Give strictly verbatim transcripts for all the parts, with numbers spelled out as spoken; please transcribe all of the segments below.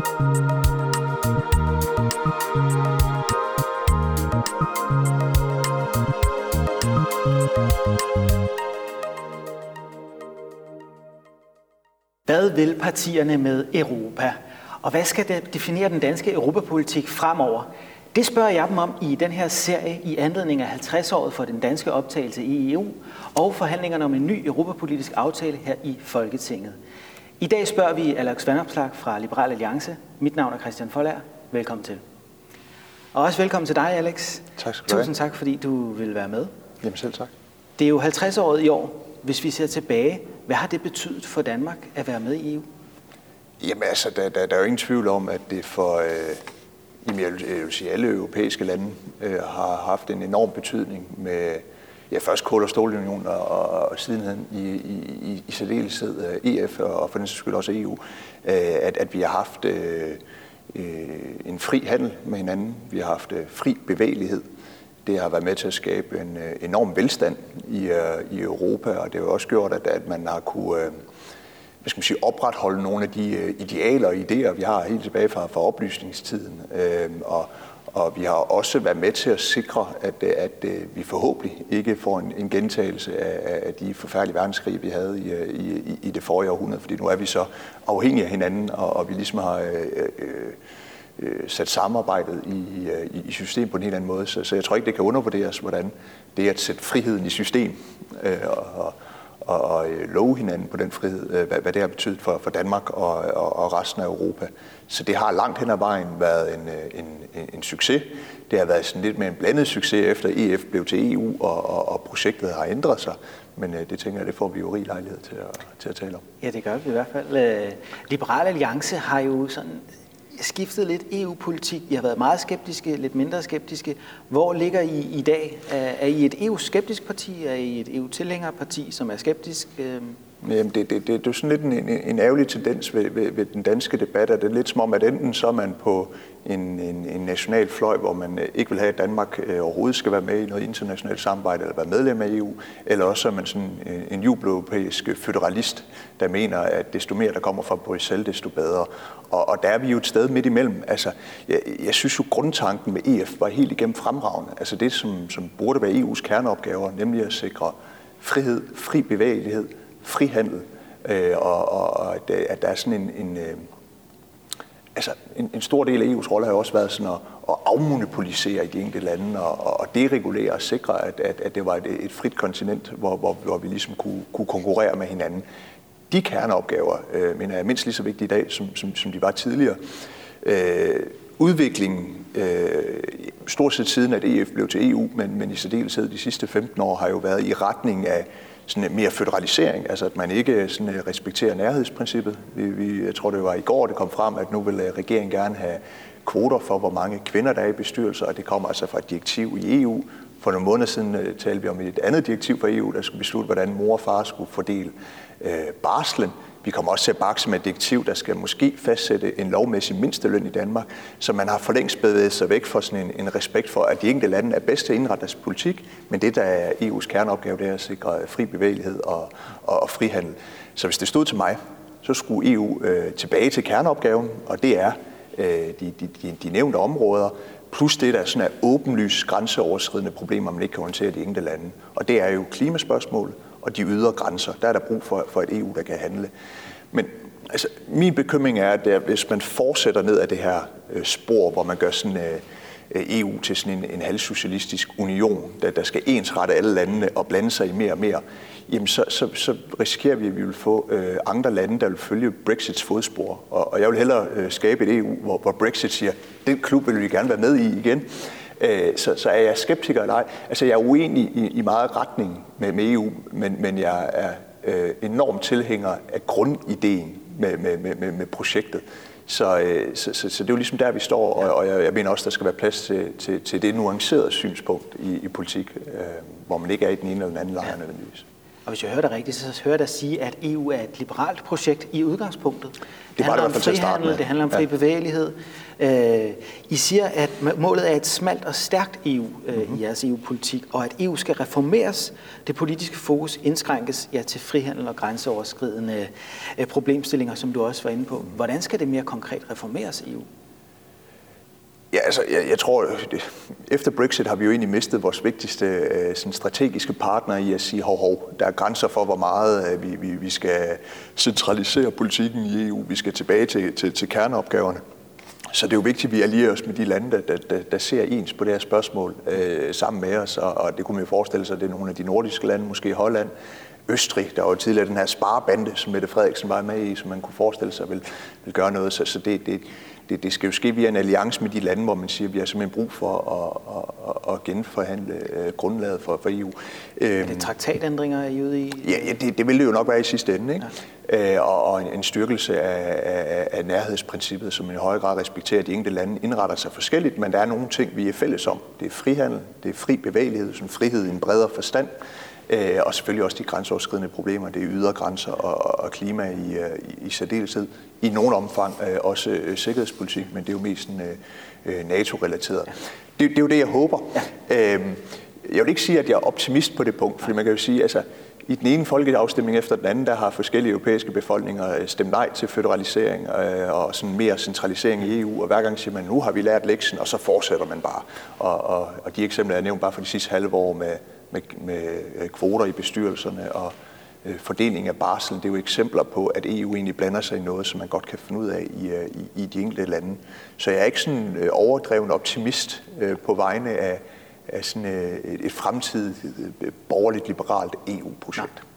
Hvad vil partierne med Europa? Og hvad skal det definere den danske europapolitik fremover? Det spørger jeg dem om i den her serie i anledning af halvtreds-året for den danske optagelse i E U og forhandlingerne om en ny europapolitisk aftale her i Folketinget. I dag spørger vi Alex Vanopslagh fra Liberal Alliance. Mit navn er Christian Foldager. Velkommen til. Og også velkommen til dig, Alex. Tak skal du have. Tusind tak, fordi du vil være med. Jamen selv tak. Det er jo halvtreds-året i år. Hvis vi ser tilbage, hvad har det betydet for Danmark at være med i E U? Jamen altså, der, der, der er jo ingen tvivl om, at det for øh, jamen, jeg vil sige, alle europæiske lande øh, har haft en enorm betydning med ja, først kul- og stålunionen og, og sidenhen i, i, i særdeleshed øh, E F og for den skyld også E U, øh, at, at vi har haft øh, øh, en fri handel med hinanden, vi har haft øh, fri bevægelighed. Det har været med til at skabe en øh, enorm velstand i, øh, i Europa, og det har også gjort, at, at man har kunne øh, hvad skal man sige, opretholde nogle af de øh, idealer og idéer, vi har helt tilbage fra, fra oplysningstiden. Øh, og, og vi har også været med til at sikre, at, at, at vi forhåbentlig ikke får en, en gentagelse af, af de forfærdelige verdenskrige, vi havde i, i, i det forrige århundrede, fordi nu er vi så afhængige af hinanden, og, og vi ligesom har øh, øh, sat samarbejdet i, i, i system på en helt anden måde. Så, så jeg tror ikke, det kan undervurderes, hvordan det at sætte friheden i system øh, og, og, og love hinanden på den frihed, øh, hvad, hvad det har betydet for, for Danmark og, og, og resten af Europa. Så det har langt hen ad vejen været en, en, en, en succes. Det har været sådan lidt mere en blandet succes, efter E F blev til E U, og, og, og projektet har ændret sig. Men øh, det tænker jeg, det får vi jo rig lejlighed til at, til at tale om. Ja, det gør vi i hvert fald. Liberal Alliance har jo sådan skiftet lidt E U-politik. I har været meget skeptiske, lidt mindre skeptiske. Hvor ligger I i dag? Er I et E U-skeptisk parti? Er I et E U-tilhængerparti, som er skeptisk? Jamen, det, det, det, det er jo sådan lidt en, en ærgerlig tendens ved, ved, ved den danske debat, at det er lidt som om, at enten så er man på en, en, en national fløj, hvor man ikke vil have, at Danmark øh, overhovedet skal være med i noget internationalt samarbejde eller være medlem af E U, eller også er man sådan en, en jubeleuropæisk føderalist, der mener, at desto mere der kommer fra Bruxelles, desto bedre. Og, og der er vi jo et sted midt imellem. Altså, jeg, jeg synes jo, grundtanken med E F var helt igennem fremragende. Altså det, som, som burde være E U's kerneopgaver, nemlig at sikre frihed, fri bevægelighed, frihandel, øh, og, og at, at der er sådan en, en, øh, altså en, en stor del af E U's rolle har jo også været sådan at, at afmonopolisere i de enkelte lande og, og deregulere og sikre, at, at, at det var et, et frit kontinent, hvor, hvor, hvor vi ligesom kunne, kunne konkurrere med hinanden. De kerneopgaver, øh, mener jeg, er mindst lige så vigtige i dag, som, som, som de var tidligere. Øh, udviklingen, øh, stort set siden at E F blev til E U, men, men i særdeleshed de sidste femten år, har jo været i retning af sådan mere føderalisering, altså at man ikke sådan respekterer nærhedsprincippet. Vi, vi, jeg tror, det var i går, det kom frem, at nu vil regeringen gerne have kvoter for, hvor mange kvinder der er i bestyrelser, og det kommer altså fra et direktiv i E U. For nogle måneder siden uh, talte vi om et andet direktiv fra E U, der skulle beslutte, hvordan mor og far skulle fordele uh, barslen. Vi kommer også til at bakse med et direktiv, der skal måske fastsætte en lovmæssig mindsteløn i Danmark, så man har for længst bevæget sig væk fra sådan en, en respekt for, at de enkelte lande er bedst til at indrette deres politik, men det, der er E U's kerneopgave, det er at sikre fri bevægelighed og, og, og frihandel. Så hvis det stod til mig, så skulle E U øh, tilbage til kerneopgaven, og det er øh, de, de, de, de nævnte områder, plus det, der er sådan er åbenlys grænseoverskridende problemer, man ikke kan håndtere i de enkelte lande. Og det er jo klimaspørgsmål og de ydre grænser. Der er der brug for, for et E U, der kan handle. Men altså, min bekymring er, at hvis man fortsætter ned ad det her øh, spor, hvor man gør sådan øh, E U til sådan en, en halvsocialistisk union, der, der skal ensrette alle landene og blande sig i mere og mere, jamen så, så, så risikerer vi, at vi vil få øh, andre lande, der vil følge Brexits fodspor. Og, og jeg vil hellere øh, skabe et E U, hvor, hvor Brexit siger, den klub vil vi gerne være med i igen. Øh, så, så er jeg skeptiker eller ej. Altså jeg er uenig i, i meget retning med, med E U, men, men jeg er øh, enormt tilhænger af grundideen med, med, med, med projektet. Så, øh, så, så, så det er jo ligesom der, vi står, og, og jeg, jeg mener også, der skal være plads til, til, til det nuancerede synspunkt i, i politik, øh, hvor man ikke er i den ene eller den anden lejr nødvendigvis. Og hvis jeg hører det rigtigt, så hører jeg dig sige, at E U er et liberalt projekt i udgangspunktet. Det, det handler om frihandel, det handler om fri ja. bevægelighed. Øh, I siger, at målet er et smalt og stærkt E U øh, mm-hmm. i jeres E U-politik, og at E U skal reformeres, det politiske fokus indskrænkes ja, til frihandel og grænseoverskridende øh, problemstillinger, som du også var inde på. Hvordan skal det mere konkret reformeres E U? Ja, altså, jeg, jeg tror, efter Brexit har vi jo egentlig mistet vores vigtigste sådan, strategiske partner i at sige, hov, hov, der er grænser for, hvor meget vi, vi, vi skal centralisere politikken i E U. Vi skal tilbage til, til, til kerneopgaverne. Så det er jo vigtigt, at vi allierer os med de lande, der, der, der ser ens på det her spørgsmål øh, sammen med os. Og, og det kunne man jo forestille sig, at det er nogle af de nordiske lande, måske Holland, Østrig, der var jo tidligere den her sparebande, som Mette Frederiksen var med i, som man kunne forestille sig vil, vil gøre noget. Så, så det, det, det, det skal jo ske via en alliance med de lande, hvor man siger, at vi har simpelthen brug for at, at, at genforhandle grundlaget for, for E U. Er det traktatændringer, er I ude i? Ja, ja det, det vil det jo nok være i sidste ende, ikke? Ja. Og, og en, en styrkelse af, af, af nærhedsprincippet, som i høj grad respekterer, at de enkelte lande indretter sig forskelligt, men der er nogle ting, vi er fælles om. Det er frihandel, det er fri bevægelighed, som frihed i en bredere forstand, og selvfølgelig også de grænseoverskridende problemer, det er ydre grænser og, og klima i, i, i særdeleshed. I nogen omfang også øh, sikkerhedspolitik, men det er jo mest øh, NATO-relateret. Ja. Det, det er jo det, jeg håber. Ja. Øhm, jeg vil ikke sige, at jeg er optimist på det punkt, fordi man kan jo sige, altså i den ene folkeafstemning efter den anden, der har forskellige europæiske befolkninger stemt nej til føderalisering øh, og sådan mere centralisering i E U, og hver gang siger man, nu har vi lært lektien, og så fortsætter man bare. Og, og, og de eksempler, jeg nævnt bare for de sidste halve år med Med, med kvoter i bestyrelserne og øh, fordeling af barsel, det er jo eksempler på, at E U egentlig blander sig i noget, som man godt kan finde ud af i, i, i de enkelte lande. Så jeg er ikke sådan øh, overdreven optimist øh, på vegne af, af sådan, øh, et fremtidigt øh, borgerligt liberalt E U-projekt. Nej.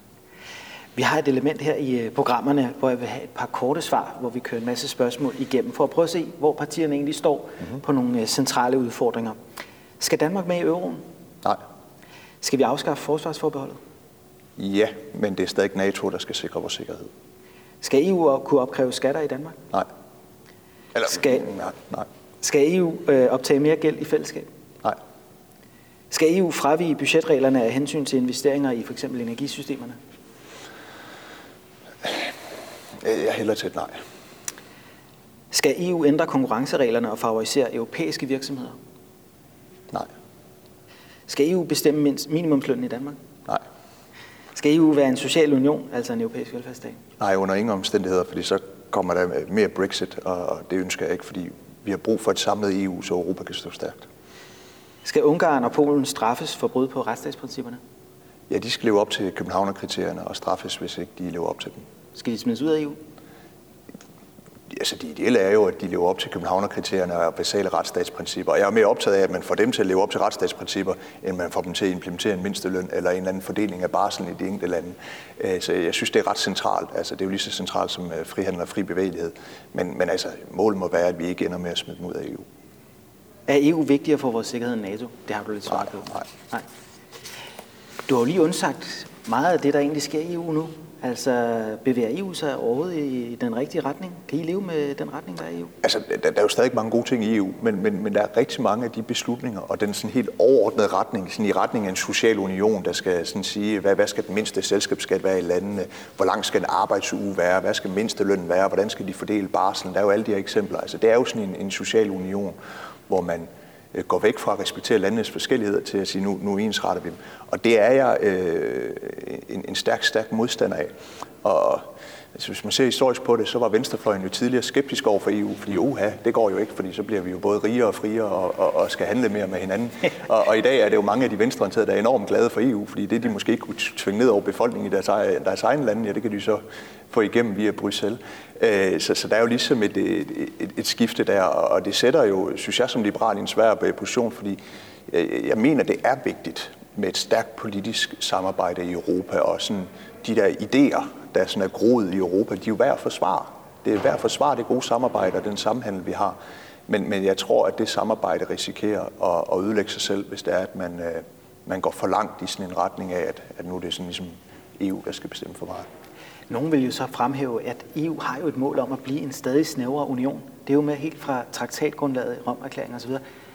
Vi har et element her i programmerne, hvor jeg vil have et par korte svar, hvor vi kører en masse spørgsmål igennem, for at prøve at se, hvor partierne egentlig står mm-hmm. på nogle centrale udfordringer. Skal Danmark med i euroen? Nej. Skal vi afskaffe forsvarsforbeholdet? Ja, men det er stadig NATO, der skal sikre vores sikkerhed. Skal E U kunne opkræve skatter i Danmark? Nej. Eller, skal, nej, nej. Skal E U øh, optage mere gæld i fællesskab? Nej. Skal E U fravige budgetreglerne af hensyn til investeringer i f.eks. energisystemerne? Jeg hælder til et nej. Skal E U ændre konkurrencereglerne og favorisere europæiske virksomheder? Nej. Skal E U bestemme mindst minimumslønnen i Danmark? Nej. Skal E U være en social union, altså en europæisk velfærdsstat? Nej, under ingen omstændigheder, fordi så kommer der mere Brexit, og det ønsker jeg ikke, fordi vi har brug for et samlet E U, så Europa kan stå stærkt. Skal Ungarn og Polen straffes for brud på retsstatsprincipperne? Ja, de skal leve op til Københavner-kriterierne og straffes, hvis ikke de lever op til dem. Skal de smides ud af E U? Altså, det ideelle er jo, at de lever op til Københavner-kriterierne og basale retsstatsprincipper. Og jeg er mere optaget af, at man får dem til at leve op til retsstatsprincipper, end man får dem til at implementere en mindsteløn eller en eller anden fordeling af barslen i de enkelte lande. Så jeg synes, det er ret centralt. Altså, det er jo lige så centralt som frihandel og fri bevægelighed. Men, men altså, målet må være, at vi ikke ender med at smide dem ud af E U. Er E U vigtigere for vores sikkerhed end NATO? Det har du lidt svaret på. Nej, nej. Du har jo lige undsagt meget af det, der egentlig sker i E U nu. Altså, bevæger E U sig overhovedet i den rigtige retning? Kan I leve med den retning, der er i E U? Altså, der, der er jo stadig mange gode ting i E U, men, men, men der er rigtig mange af de beslutninger, og den sådan helt overordnede retning, sådan i retning af en social union, der skal sådan sige, hvad, hvad skal den mindste selskabsskat være i landene, hvor lang skal en arbejdsuge være, hvad skal mindstelønnen være, hvordan skal de fordele barslen, der er jo alle de her eksempler. Altså, det er jo sådan en, en social union, hvor man går væk fra at respektere landenes forskelligheder til at sige, nu, nu ensretter vi dem. Og det er jeg øh, en, en stærk, stærk modstander af. Og altså, hvis man ser historisk på det, så var venstrefløjen jo tidligere skeptisk over for E U, fordi uha, det går jo ikke, fordi så bliver vi jo både rigere og friere og, og, og skal handle mere med hinanden. Og, og i dag er det jo mange af de venstreorienterede, der er enormt glade for E U, fordi det de måske ikke kunne tvinge ned over befolkningen i deres, deres egen lande, ja, det kan de så få igennem via Bruxelles. Så, så der er jo ligesom et, et, et, et skifte der, og det sætter jo, synes jeg som liberal, i en svær position, fordi jeg, jeg mener, det er vigtigt med et stærkt politisk samarbejde i Europa, og sådan de der idéer, der sådan er groet i Europa, de er jo værd at forsvare. Det er værd at forsvare det gode samarbejde og den samhandel, vi har. Men, men jeg tror, at det samarbejde risikerer at, at ødelægge sig selv, hvis det er, at man, man går for langt i sådan en retning af, at, at nu er det sådan ligesom E U, der skal bestemme for meget. Nogle vil jo så fremhæve, at E U har jo et mål om at blive en stadig snævrere union. Det er jo med helt fra traktatgrundlaget, Romerklæringen osv.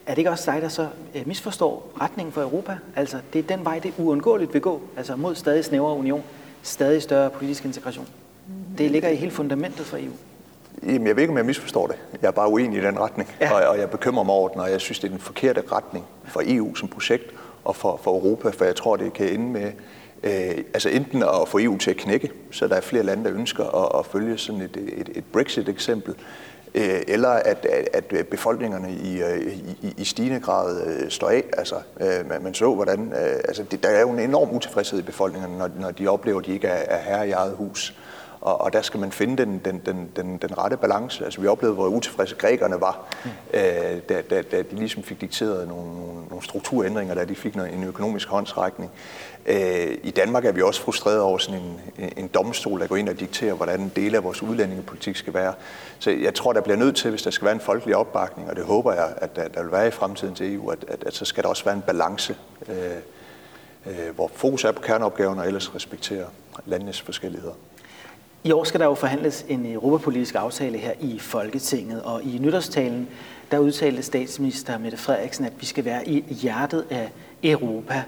er det ikke også dig, der så misforstår retningen for Europa? Altså, det er den vej, det uundgåeligt vil gå, altså mod stadig snævrere union, stadig større politisk integration. Det ligger i hele fundamentet for E U. Jamen, jeg ved ikke, om jeg misforstår det. Jeg er bare uenig i den retning, ja. og, og jeg bekymrer mig over den, og jeg synes, det er den forkerte retning for E U som projekt og for, for Europa, for jeg tror, det kan ende med øh, altså enten at få E U til at knække, så der er flere lande, der ønsker at, at følge sådan et, et, et Brexit-eksempel, øh, eller at, at, at befolkningerne i, i, i stigende grad øh, står af. Altså, øh, man, man så, hvordan øh, altså, det, der er jo en enorm utilfredshed i befolkningerne, når, når de oplever, at de ikke er, er herre i eget hus. Og, og der skal man finde den, den, den, den, den rette balance. Altså, vi oplevede, hvor utilfredse grækerne var, mm. øh, da, da, da de ligesom fik dikteret nogle, nogle strukturændringer, da de fik en økonomisk håndsrækning. Øh, I Danmark er vi også frustreret over sådan en, en domstol, der går ind og dikterer, hvordan en del af vores udlændingepolitik skal være. Så jeg tror, der bliver nødt til, hvis der skal være en folkelig opbakning, og det håber jeg, at der, der vil være i fremtiden til E U, at, at, at så skal der også være en balance, øh, øh, hvor fokus er på kerneopgaven og ellers respekterer landenes forskelligheder. I år skal der jo forhandles en europapolitisk aftale her i Folketinget, og i nytårstalen, der udtalte statsminister Mette Frederiksen, at vi skal være i hjertet af Europa.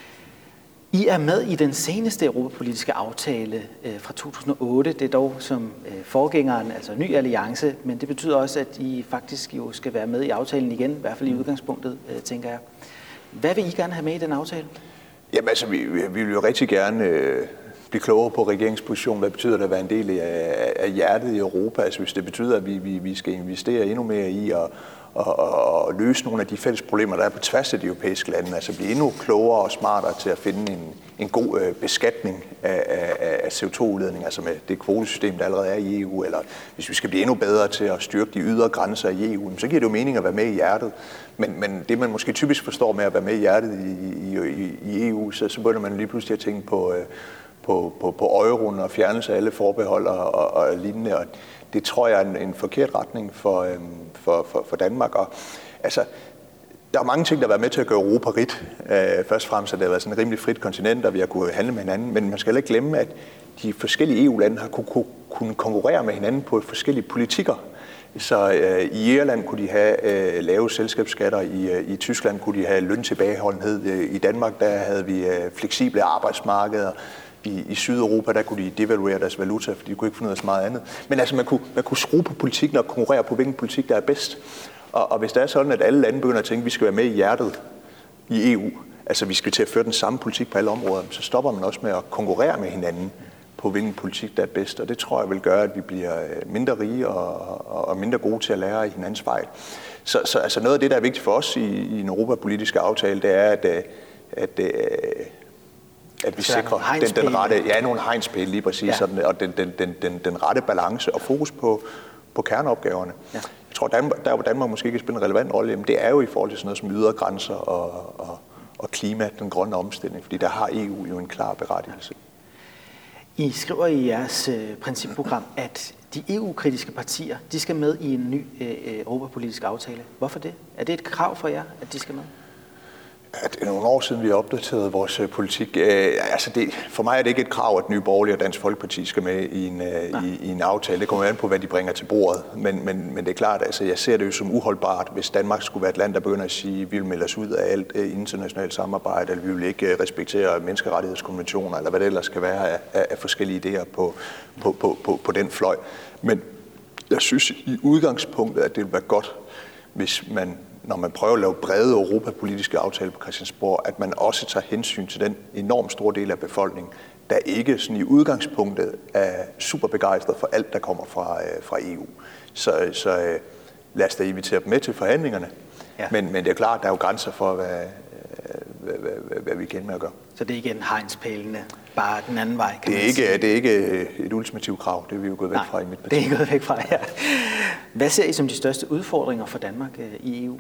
I er med i den seneste europapolitiske aftale fra to tusind og otte. Det er dog som forgængeren, altså ny alliance, men det betyder også, at I faktisk jo skal være med i aftalen igen, i hvert fald i udgangspunktet, tænker jeg. Hvad vil I gerne have med i den aftale? Jamen altså, vi, vi vil jo rigtig gerne øh, blive klogere på regeringsposition. Hvad betyder det at være en del af, af hjertet i Europa? Altså hvis det betyder, at vi, vi, vi skal investere endnu mere i at og, og, og løse nogle af de fælles problemer, der er på tværs af de europæiske lande, altså blive endnu klogere og smartere til at finde en, en god øh, beskatning af, af, af C O to udledning, altså med det kvotesystem, der allerede er i E U, eller hvis vi skal blive endnu bedre til at styrke de ydre grænser i E U, så giver det jo mening at være med i hjertet. Men, men det, man måske typisk forstår med at være med i hjertet i, i, i E U, så, så begynder man lige pludselig at tænke på, øh, på, på, på euroen og fjernelse af alle forbehold og, og, og lignende, og det tror jeg er en, en forkert retning for, øhm, for, for, for Danmark. Og, altså, der er mange ting, der har været med til at gøre Europa rigt. Øh, først og fremmest har det været sådan et rimelig frit kontinent, og vi har kunnet handle med hinanden. Men man skal heller ikke glemme, at de forskellige E U-lande har kunne, kunne konkurrere med hinanden på forskellige politikker. Så øh, i Irland kunne de have øh, lave selskabsskatter, i, øh, i Tyskland kunne de have løntilbageholdenhed, øh, i Danmark der havde vi øh, fleksible arbejdsmarkeder. I, I Sydeuropa, der kunne de devaluere deres valuta, fordi de kunne ikke finde ud af så meget andet. Men altså, man kunne, man kunne skrue på politikken og konkurrere på, hvilken politik, der er bedst. Og, og hvis det er sådan, at alle lande begynder at tænke, at vi skal være med i hjertet i E U, altså vi skal til at føre den samme politik på alle områder, så stopper man også med at konkurrere med hinanden på, hvilken politik, der er bedst. Og det tror jeg vil gøre, at vi bliver mindre rige og, og, og mindre gode til at lære i hinandens fejl. Så, så altså noget af det, der er vigtigt for os i, i en europapolitisk aftale, det er, at, at, at at vi sikrer den, den rette, ja, nogle hegnspæle lige præcis, ja. Sådan, og den, den, den, den, den rette balance og fokus på, på kerneopgaverne. Ja. Jeg tror, Danmark, der hvor Danmark måske ikke spiller en relevant rolle, jamen det er jo i forhold til sådan noget som ydre grænser og, og, og klima, den grønne omstilling, fordi der har E U jo en klar berettigelse. I skriver i jeres øh, principprogram, at de E U-kritiske partier, de skal med i en ny øh, europapolitisk aftale. Hvorfor det? Er det et krav for jer, at de skal med? Ja, det er nogle år siden, vi har opdateret vores politik. Øh, altså det, for mig er det ikke et krav, at Nye Borgerlige og Dansk Folkeparti skal med i en, i, i en aftale. Det kommer an på, hvad de bringer til bordet. Men, men, men det er klart, altså jeg ser det jo som uholdbart, hvis Danmark skulle være et land, der begynder at sige, at vi vil melde os ud af alt internationalt samarbejde, eller vi vil ikke respektere menneskerettighedskonventioner, eller hvad det ellers skal være af, af forskellige idéer på, på, på, på, på den fløj. Men jeg synes i udgangspunktet, at det vil være godt, hvis man, når man prøver at lave brede europapolitiske aftaler på Christiansborg, at man også tager hensyn til den enormt store del af befolkningen, der ikke sådan i udgangspunktet er super begejstret for alt, der kommer fra, fra E U. Så, så lad os da invitere dem med til forhandlingerne. Ja. Men, men det er klart, der er jo grænser for, hvad, hvad, hvad, hvad, hvad vi kan med at gøre. Så det er ikke en hegnspælene, bare den anden vej, kan det er man ikke, sige. Det er ikke et ultimativt krav, det er vi jo gået væk Nej, fra i mit parti. det er gået væk fra, ja. Hvad ser I som de største udfordringer for Danmark i E U?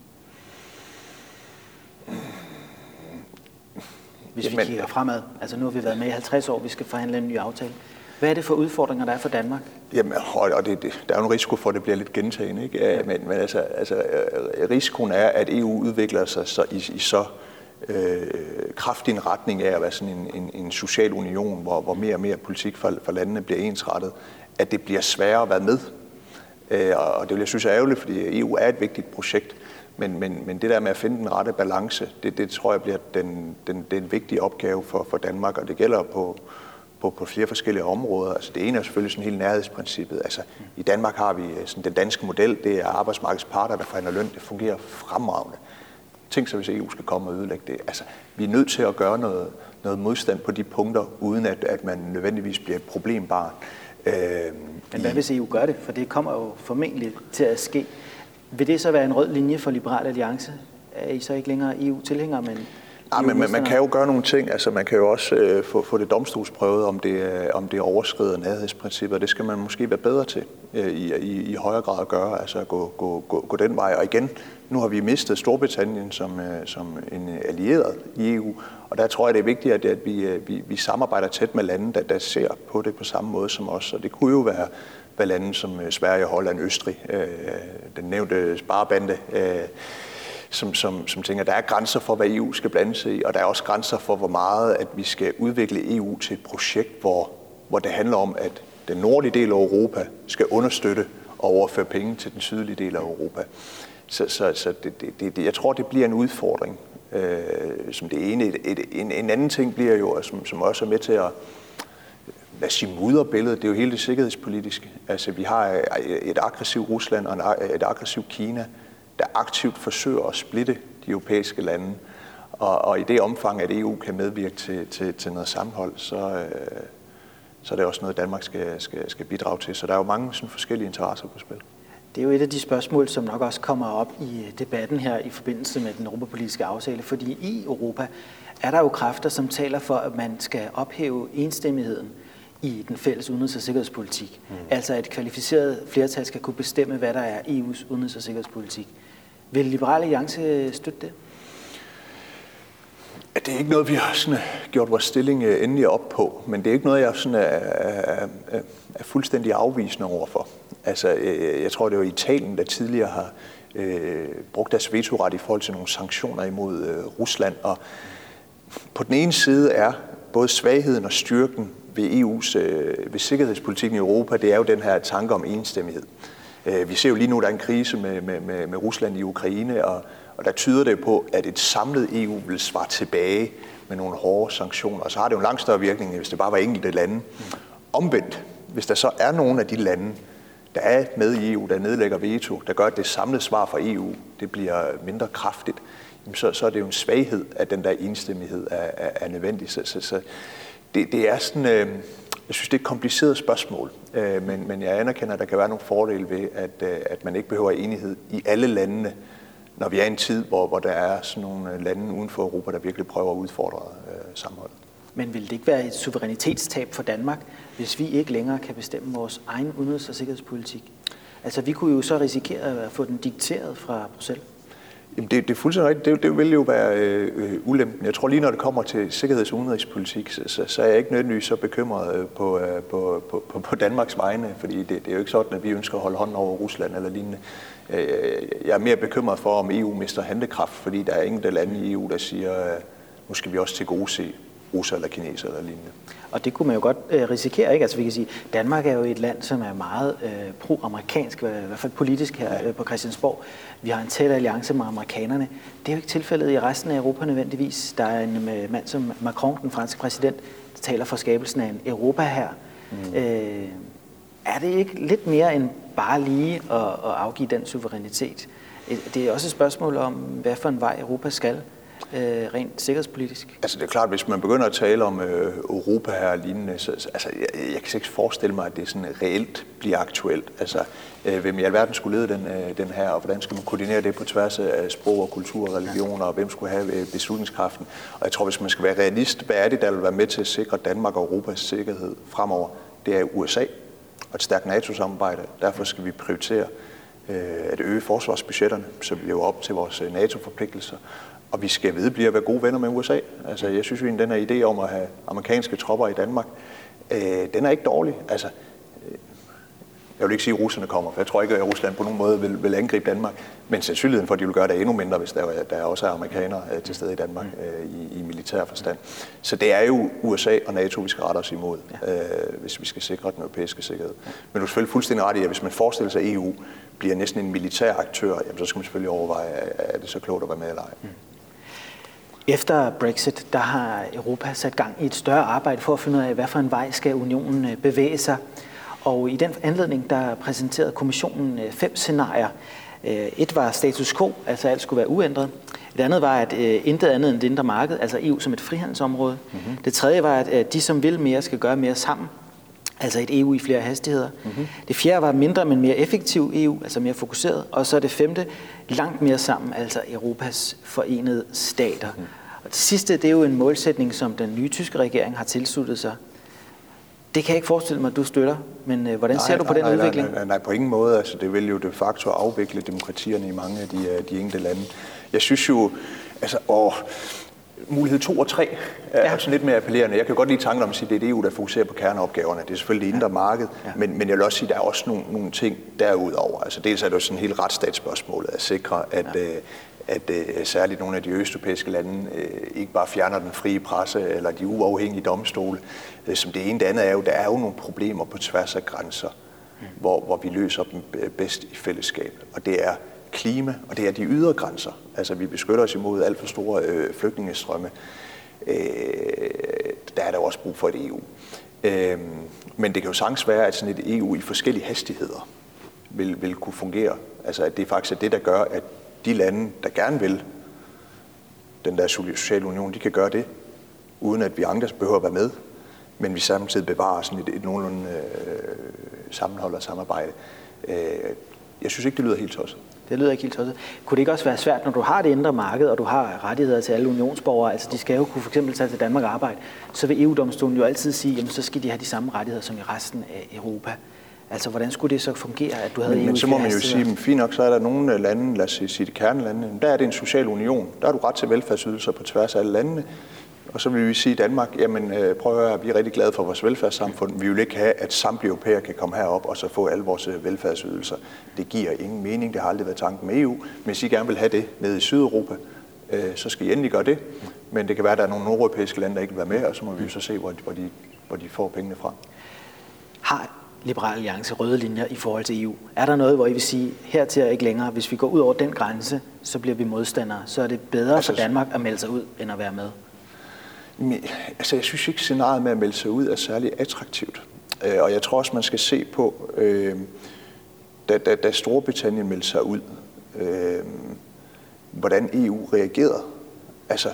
Hvis vi kigger fremad, altså nu har vi været med i halvtreds år, vi skal forhandle en ny aftale. Hvad er det for udfordringer, der er for Danmark? Jamen, og det, det, der er jo en risiko for, at det bliver lidt gentagende, ikke? Ja. Men, men altså, altså, risikoen er, at E U udvikler sig så, i, i så øh, kraftig en retning af at være sådan en, en, en social union, hvor, hvor mere og mere politik for, for landene bliver ensrettet, at det bliver sværere at være med. Og det vil jeg synes er ærgerligt, fordi E U er et vigtigt projekt. Men, men, men det der med at finde den rette balance, det, det tror jeg bliver den, den, det er en vigtig opgave for, for Danmark, og det gælder på, på, på flere forskellige områder. Altså det ene er selvfølgelig sådan hele nærhedsprincippet. Altså i Danmark har vi sådan den danske model, det er arbejdsmarkedets parter, der forhandler løn, det fungerer fremragende. Tænk så, hvis E U skal komme og ødelægge det. Altså vi er nødt til at gøre noget, noget modstand på de punkter, uden at, at man nødvendigvis bliver et problembarn. Øh, men hvad hvis E U gør det? For det kommer jo formentlig til at ske. Vil det så være en rød linje for Liberal Alliance? Er I så ikke længere E U-tilhængere, men... Nej, men man, man kan jo gøre nogle ting. Altså, man kan jo også øh, få, få det domstolsprøvet, om det, øh, om det overskrider nærhedsprincippet. Det skal man måske være bedre til øh, i, i, i højere grad at gøre, altså at gå, gå, gå, gå den vej. Og igen, nu har vi mistet Storbritannien som, øh, som en allieret i E U, og der tror jeg, det er vigtigt, at, at vi, vi, vi samarbejder tæt med lande, der, der ser på det på samme måde som os. Og det kunne jo være, være lande som Sverige, Holland, Østrig, øh, den nævnte sparebande, øh, Som, som, som tænker, at der er grænser for, hvad E U skal blande sig i, og der er også grænser for, hvor meget at vi skal udvikle E U til et projekt, hvor, hvor det handler om, at den nordlige del af Europa skal understøtte og overføre penge til den sydlige del af Europa. Så, så, så det, det, det, jeg tror, det bliver en udfordring. Øh, som det ene. Et, et, en, en anden ting bliver jo, som, som også er med til at lad os sige mudderbilledet, det er jo hele det sikkerhedspolitiske. Altså, vi har et aggressivt Rusland og et aggressivt Kina, der aktivt forsøger at splitte de europæiske lande. Og, og i det omfang, at E U kan medvirke til, til, til noget sammenhold, så, øh, så er det også noget, Danmark skal, skal, skal bidrage til. Så der er jo mange sådan, forskellige interesser på spil. Det er jo et af de spørgsmål, som nok også kommer op i debatten her i forbindelse med den europapolitiske aftale. Fordi i Europa er der jo kræfter, som taler for, at man skal ophæve enstemmigheden i den fælles udenrigs- og sikkerhedspolitik. Mm. Altså at et kvalificeret flertal skal kunne bestemme, hvad der er E U's udenrigs- og sikkerhedspolitik. Vil Liberal Alliance støtte det? Ja, det er ikke noget, vi har sådan gjort vores stilling endelig op på, men det er ikke noget, jeg sådan er, er, er, er fuldstændig afvisende overfor. Altså, jeg tror, det var Italien, der tidligere har øh, brugt deres vetoret i forhold til nogle sanktioner imod øh, Rusland. Og på den ene side er både svagheden og styrken ved E U's øh, ved sikkerhedspolitikken i Europa, det er jo den her tanke om enstemmighed. Vi ser jo lige nu, der er en krise med, med, med, med Rusland i Ukraine, og, og der tyder det på, at et samlet E U vil svare tilbage med nogle hårde sanktioner. Og så har det jo en langt større virkning, hvis det bare var enkelte lande. Omvendt, hvis der så er nogle af de lande, der er med i E U, der nedlægger veto, der gør, at det samlede svar fra E U det bliver mindre kraftigt, så, så er det jo en svaghed, at den der enstemmighed er, er, er nødvendig. Så, så, så det, det er sådan... Øh, Jeg synes, det er et kompliceret spørgsmål, men, men jeg anerkender, at der kan være nogle fordele ved, at, at man ikke behøver enighed i alle landene, når vi er i en tid, hvor, hvor der er sådan nogle lande uden for Europa, der virkelig prøver at udfordre øh, sammenholdet. Men vil det ikke være et suverænitetstab for Danmark, hvis vi ikke længere kan bestemme vores egen udenrigs- og sikkerhedspolitik? Altså, vi kunne jo så risikere at få den dikteret fra Bruxelles. Jamen det, det er fuldstændig rigtigt. Det, det vil jo være øh, ulempen. Jeg tror lige, når det kommer til sikkerheds- og udenrigspolitik, så, så, så er jeg ikke nødvendigvis så bekymret på, øh, på, på, på Danmarks vegne, fordi det, det er jo ikke sådan, at vi ønsker at holde hånden over Rusland eller lignende. Øh, jeg er mere bekymret for, om E U mister handlekraft, fordi der er enkelte lande i E U, der siger, øh, nu skal vi også tilgodese russer eller kineser eller lignende. Og det kunne man jo godt øh, risikere, ikke? Altså vi kan sige, Danmark er jo et land, som er meget øh, pro-amerikansk, i hvert fald politisk her øh, på Christiansborg. Vi har en tæt alliance med amerikanerne. Det er jo ikke tilfældet i resten af Europa nødvendigvis. Der er en øh, mand som Macron, den franske præsident, der taler for skabelsen af en Europa her. Mm. Øh, er det ikke lidt mere end bare lige at, at afgive den suverænitet? Det er også et spørgsmål om, hvad for en vej Europa skal. Øh, rent sikkerhedspolitisk? Altså det er klart, hvis man begynder at tale om øh, Europa her og lignende, så altså, jeg, jeg kan ikke forestille mig, at det sådan reelt bliver aktuelt. Altså, øh, hvem i alverden skulle lede den, øh, den her, og hvordan skal man koordinere det på tværs af sprog og kultur og religioner, og hvem skulle have øh, beslutningskraften? Og jeg tror, hvis man skal være realist, hvad er det, der vil være med til at sikre Danmark og Europas sikkerhed fremover? Det er U S A og et stærkt NATO-samarbejde. Derfor skal vi prioritere øh, at øge forsvarsbudgetterne, så vi lever op til vores NATO-forpligtelser. Og vi skal vedblive at være gode venner med U S A. Altså, jeg synes jo, at den her idé om at have amerikanske tropper i Danmark, øh, den er ikke dårlig. Altså, øh, Jeg vil ikke sige, at russerne kommer, for jeg tror ikke, at Rusland på nogen måde vil, vil angribe Danmark. Men sandsynligheden for, at de vil gøre det endnu mindre, hvis der, der også er amerikanere til stede i Danmark mm. i, i militær forstand. Så det er jo U S A og NATO, vi skal rette os imod, ja. øh, hvis vi skal sikre den europæiske sikkerhed. Men du er selvfølgelig fuldstændig ret i, at hvis man forestiller sig, at E U bliver næsten en militær aktør, jamen, så skal man selvfølgelig overveje, er det så klogt at være med eller ej. Mm. Efter Brexit, der har Europa sat gang i et større arbejde for at finde ud af, hvad for en vej skal unionen bevæge sig. Og i den anledning, der præsenterede kommissionen fem scenarier. Et var status quo, altså alt skulle være uændret. Et andet var, at intet andet end det indre marked, altså E U som et frihandelsområde. Mm-hmm. Det tredje var, at de, som vil mere, skal gøre mere sammen. Altså et E U i flere hastigheder. Mm-hmm. Det fjerde var mindre, men mere effektiv E U, altså mere fokuseret. Og så det femte, langt mere sammen, altså Europas forenede stater. Mm. Og det sidste, det er jo en målsætning, som den nye tyske regering har tilsluttet sig. Det kan jeg ikke forestille mig, at du støtter, men øh, hvordan nej, ser du på nej, den nej, udvikling? Nej, nej, nej, på ingen måde. Altså, det vil jo de facto afvikle demokratierne i mange af de, de enkelte lande. Jeg synes jo, altså, åh, mulighed to og tre er ja. sådan lidt mere appellerende. Jeg kan godt lide tanken om at sige, at det er E U, der fokuserer på kerneopgaverne. Det er selvfølgelig det indre ja. marked, ja. Men, men jeg vil også sige, at der er også nogle, nogle ting derudover. Altså, dels er det jo sådan hele retsstatsspørgsmålet at sikre, at, ja. øh, at øh, særligt nogle af de østeuropæiske lande øh, ikke bare fjerner den frie presse eller de uafhængige domstole. Øh, som det ene. Det andet er jo, der er jo nogle problemer på tværs af grænser, mm. hvor, hvor vi løser dem bedst i fællesskab. Og det er klima, og det er de ydre grænser. Altså, vi beskytter os imod alt for store øh, flygtningestrømme. Øh, der er der også brug for et E U. Øh, men det kan jo sagtens være, at sådan et E U i forskellige hastigheder vil, vil kunne fungere. Altså, at det er faktisk det, der gør, at de lande, der gerne vil den der sociale union, de kan gøre det, uden at vi andre behøver at være med, men vi samtidig bevarer sådan et, et nogenlunde øh, sammenhold og samarbejde. Øh, jeg synes ikke, det lyder helt tosset. Det lyder ikke helt tosset. Kunne det ikke også være svært, når du har det indre marked, og du har rettigheder til alle unionsborgere, altså de skal jo kunne for eksempel tage til Danmark og arbejde, så vil E U-domstolen jo altid sige, jamen så skal de have de samme rettigheder som i resten af Europa. Altså, hvordan skulle det så fungere, at du havde men, E U? Men så må man jo sige, at fint nok, så er der nogle lande, lad os sige det kernelande, der er det en social union. Der har du ret til velfærdsydelser på tværs af alle landene. Og så vil vi sige i Danmark, jamen prøv at høre, vi er rigtig glade for vores velfærdssamfund. Vi vil ikke have, at samtlige europæere kan komme herop og så få alle vores velfærdsydelser. Det giver ingen mening, det har aldrig været tanken med E U. Men hvis I gerne vil have det nede i Sydeuropa, så skal I endelig gøre det. Men det kan være, at der er nogle nordeuropæiske lande, der ikke vil være med, og så må vi jo så se, hvor de, hvor de, hvor de får pengene fra. Har Liberal Alliance røde linjer i forhold til E U? Er der noget, hvor I vil sige, hertil er ikke længere, hvis vi går ud over den grænse, så bliver vi modstandere, så er det bedre altså, for Danmark at melde sig ud, end at være med? Men, altså, jeg synes ikke, scenariet med at melde sig ud er særlig attraktivt. Øh, og jeg tror også, man skal se på, øh, da, da, da Storbritannien meldte sig ud, øh, hvordan E U reagerede. Altså,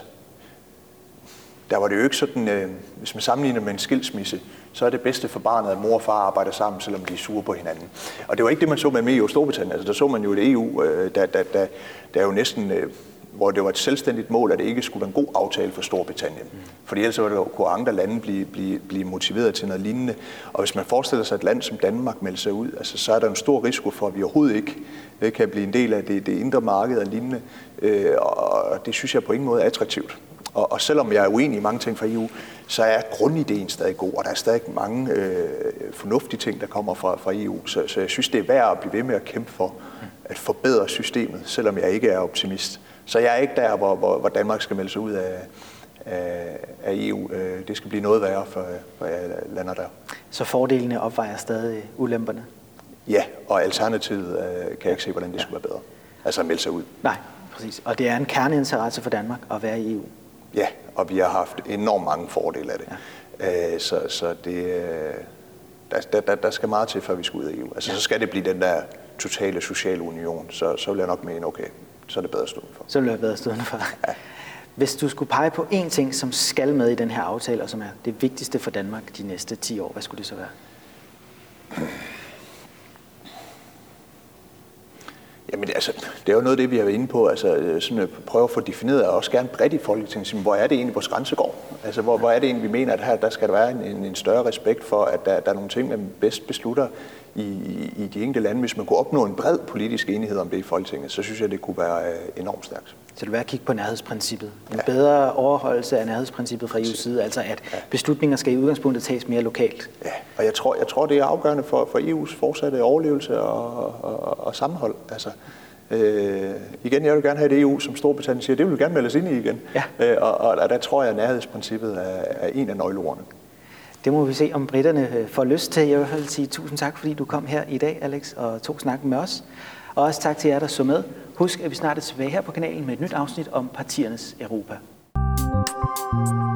der var det jo ikke sådan, øh, hvis man sammenligner med en skilsmisse, så er det bedste for barnet, at mor og far arbejder sammen, selvom de er sure på hinanden. Og det var ikke det, man så med E U og Storbritannien. Altså, der så man jo et E U, øh, der, der, der, der jo næsten... Øh, hvor det var et selvstændigt mål, at det ikke skulle være en god aftale for Storbritannien. Mm. Fordi ellers kunne andre lande blive, blive, blive motiveret til noget lignende. Og hvis man forestiller sig et land som Danmark melder sig ud, altså, så er der en stor risiko for, at vi overhovedet ikke kan blive en del af det, det indre marked og lignende. Øh, og det synes jeg på ingen måde er attraktivt. Og, og selvom jeg er uenig i mange ting fra E U, så er grundideen stadig god, og der er stadig mange øh, fornuftige ting, der kommer fra, fra E U. Så, så jeg synes, det er værd at blive ved med at kæmpe for at forbedre systemet, selvom jeg ikke er optimist. Så jeg er ikke der, hvor, hvor, hvor Danmark skal melde sig ud af, af, af E U. Det skal blive noget værre for, for jeg lander der. Så fordelene opvejer stadig ulemperne? Ja, og alternativet kan jeg ikke se, hvordan det ja. skulle være bedre. Altså at melde sig ud. Nej, præcis. Og det er en kerneinteresse for Danmark at være i E U? Ja, og vi har haft enormt mange fordele af det. Ja. Så, så det, der, der, der skal meget til, før vi skal ud af E U. Altså ja. Så skal det blive den der totale sociale union, så, så vil jeg nok mene, okay, så er det bedre stående for. Så vil det være bedre stående for. Ja. Hvis du skulle pege på én ting, som skal med i den her aftale, og som er det vigtigste for Danmark de næste ti år, hvad skulle det så være? Jamen altså, det er jo noget af det, vi har været inde på. Altså, sådan at prøve at få defineret, og også gerne bredt i Folketinget, hvor er det egentlig, vores grænse går? Altså, hvor, hvor er det egentlig, vi mener, at her der skal der være en, en større respekt for, at der, der er nogle ting, man bedst beslutter i, i de enkelte lande. Hvis man kunne opnå en bred politisk enighed om det i Folketinget, så synes jeg, det kunne være enormt stærkt. Så det vil være at kigge på nærhedsprincippet. En ja. bedre overholdelse af nærhedsprincippet fra E U's side, altså at ja. beslutninger skal i udgangspunktet tages mere lokalt. Ja, og jeg tror, jeg tror det er afgørende for, for E U's fortsatte overlevelse og, og, og sammenhold. Altså, øh, igen, jeg vil gerne have et E U, som Storbritannien siger, det vil vi gerne melde os ind i igen. Ja. Øh, og, og, og der tror jeg, at nærhedsprincippet er, er en af nøgleordene. Det må vi se, om britterne får lyst til. Jeg vil i hvert fald sige tusind tak, fordi du kom her i dag, Alex, og tog snakken med os. Og også tak til jer, der så med. Husk, at vi snart er tilbage her på kanalen med et nyt afsnit om partiernes Europa.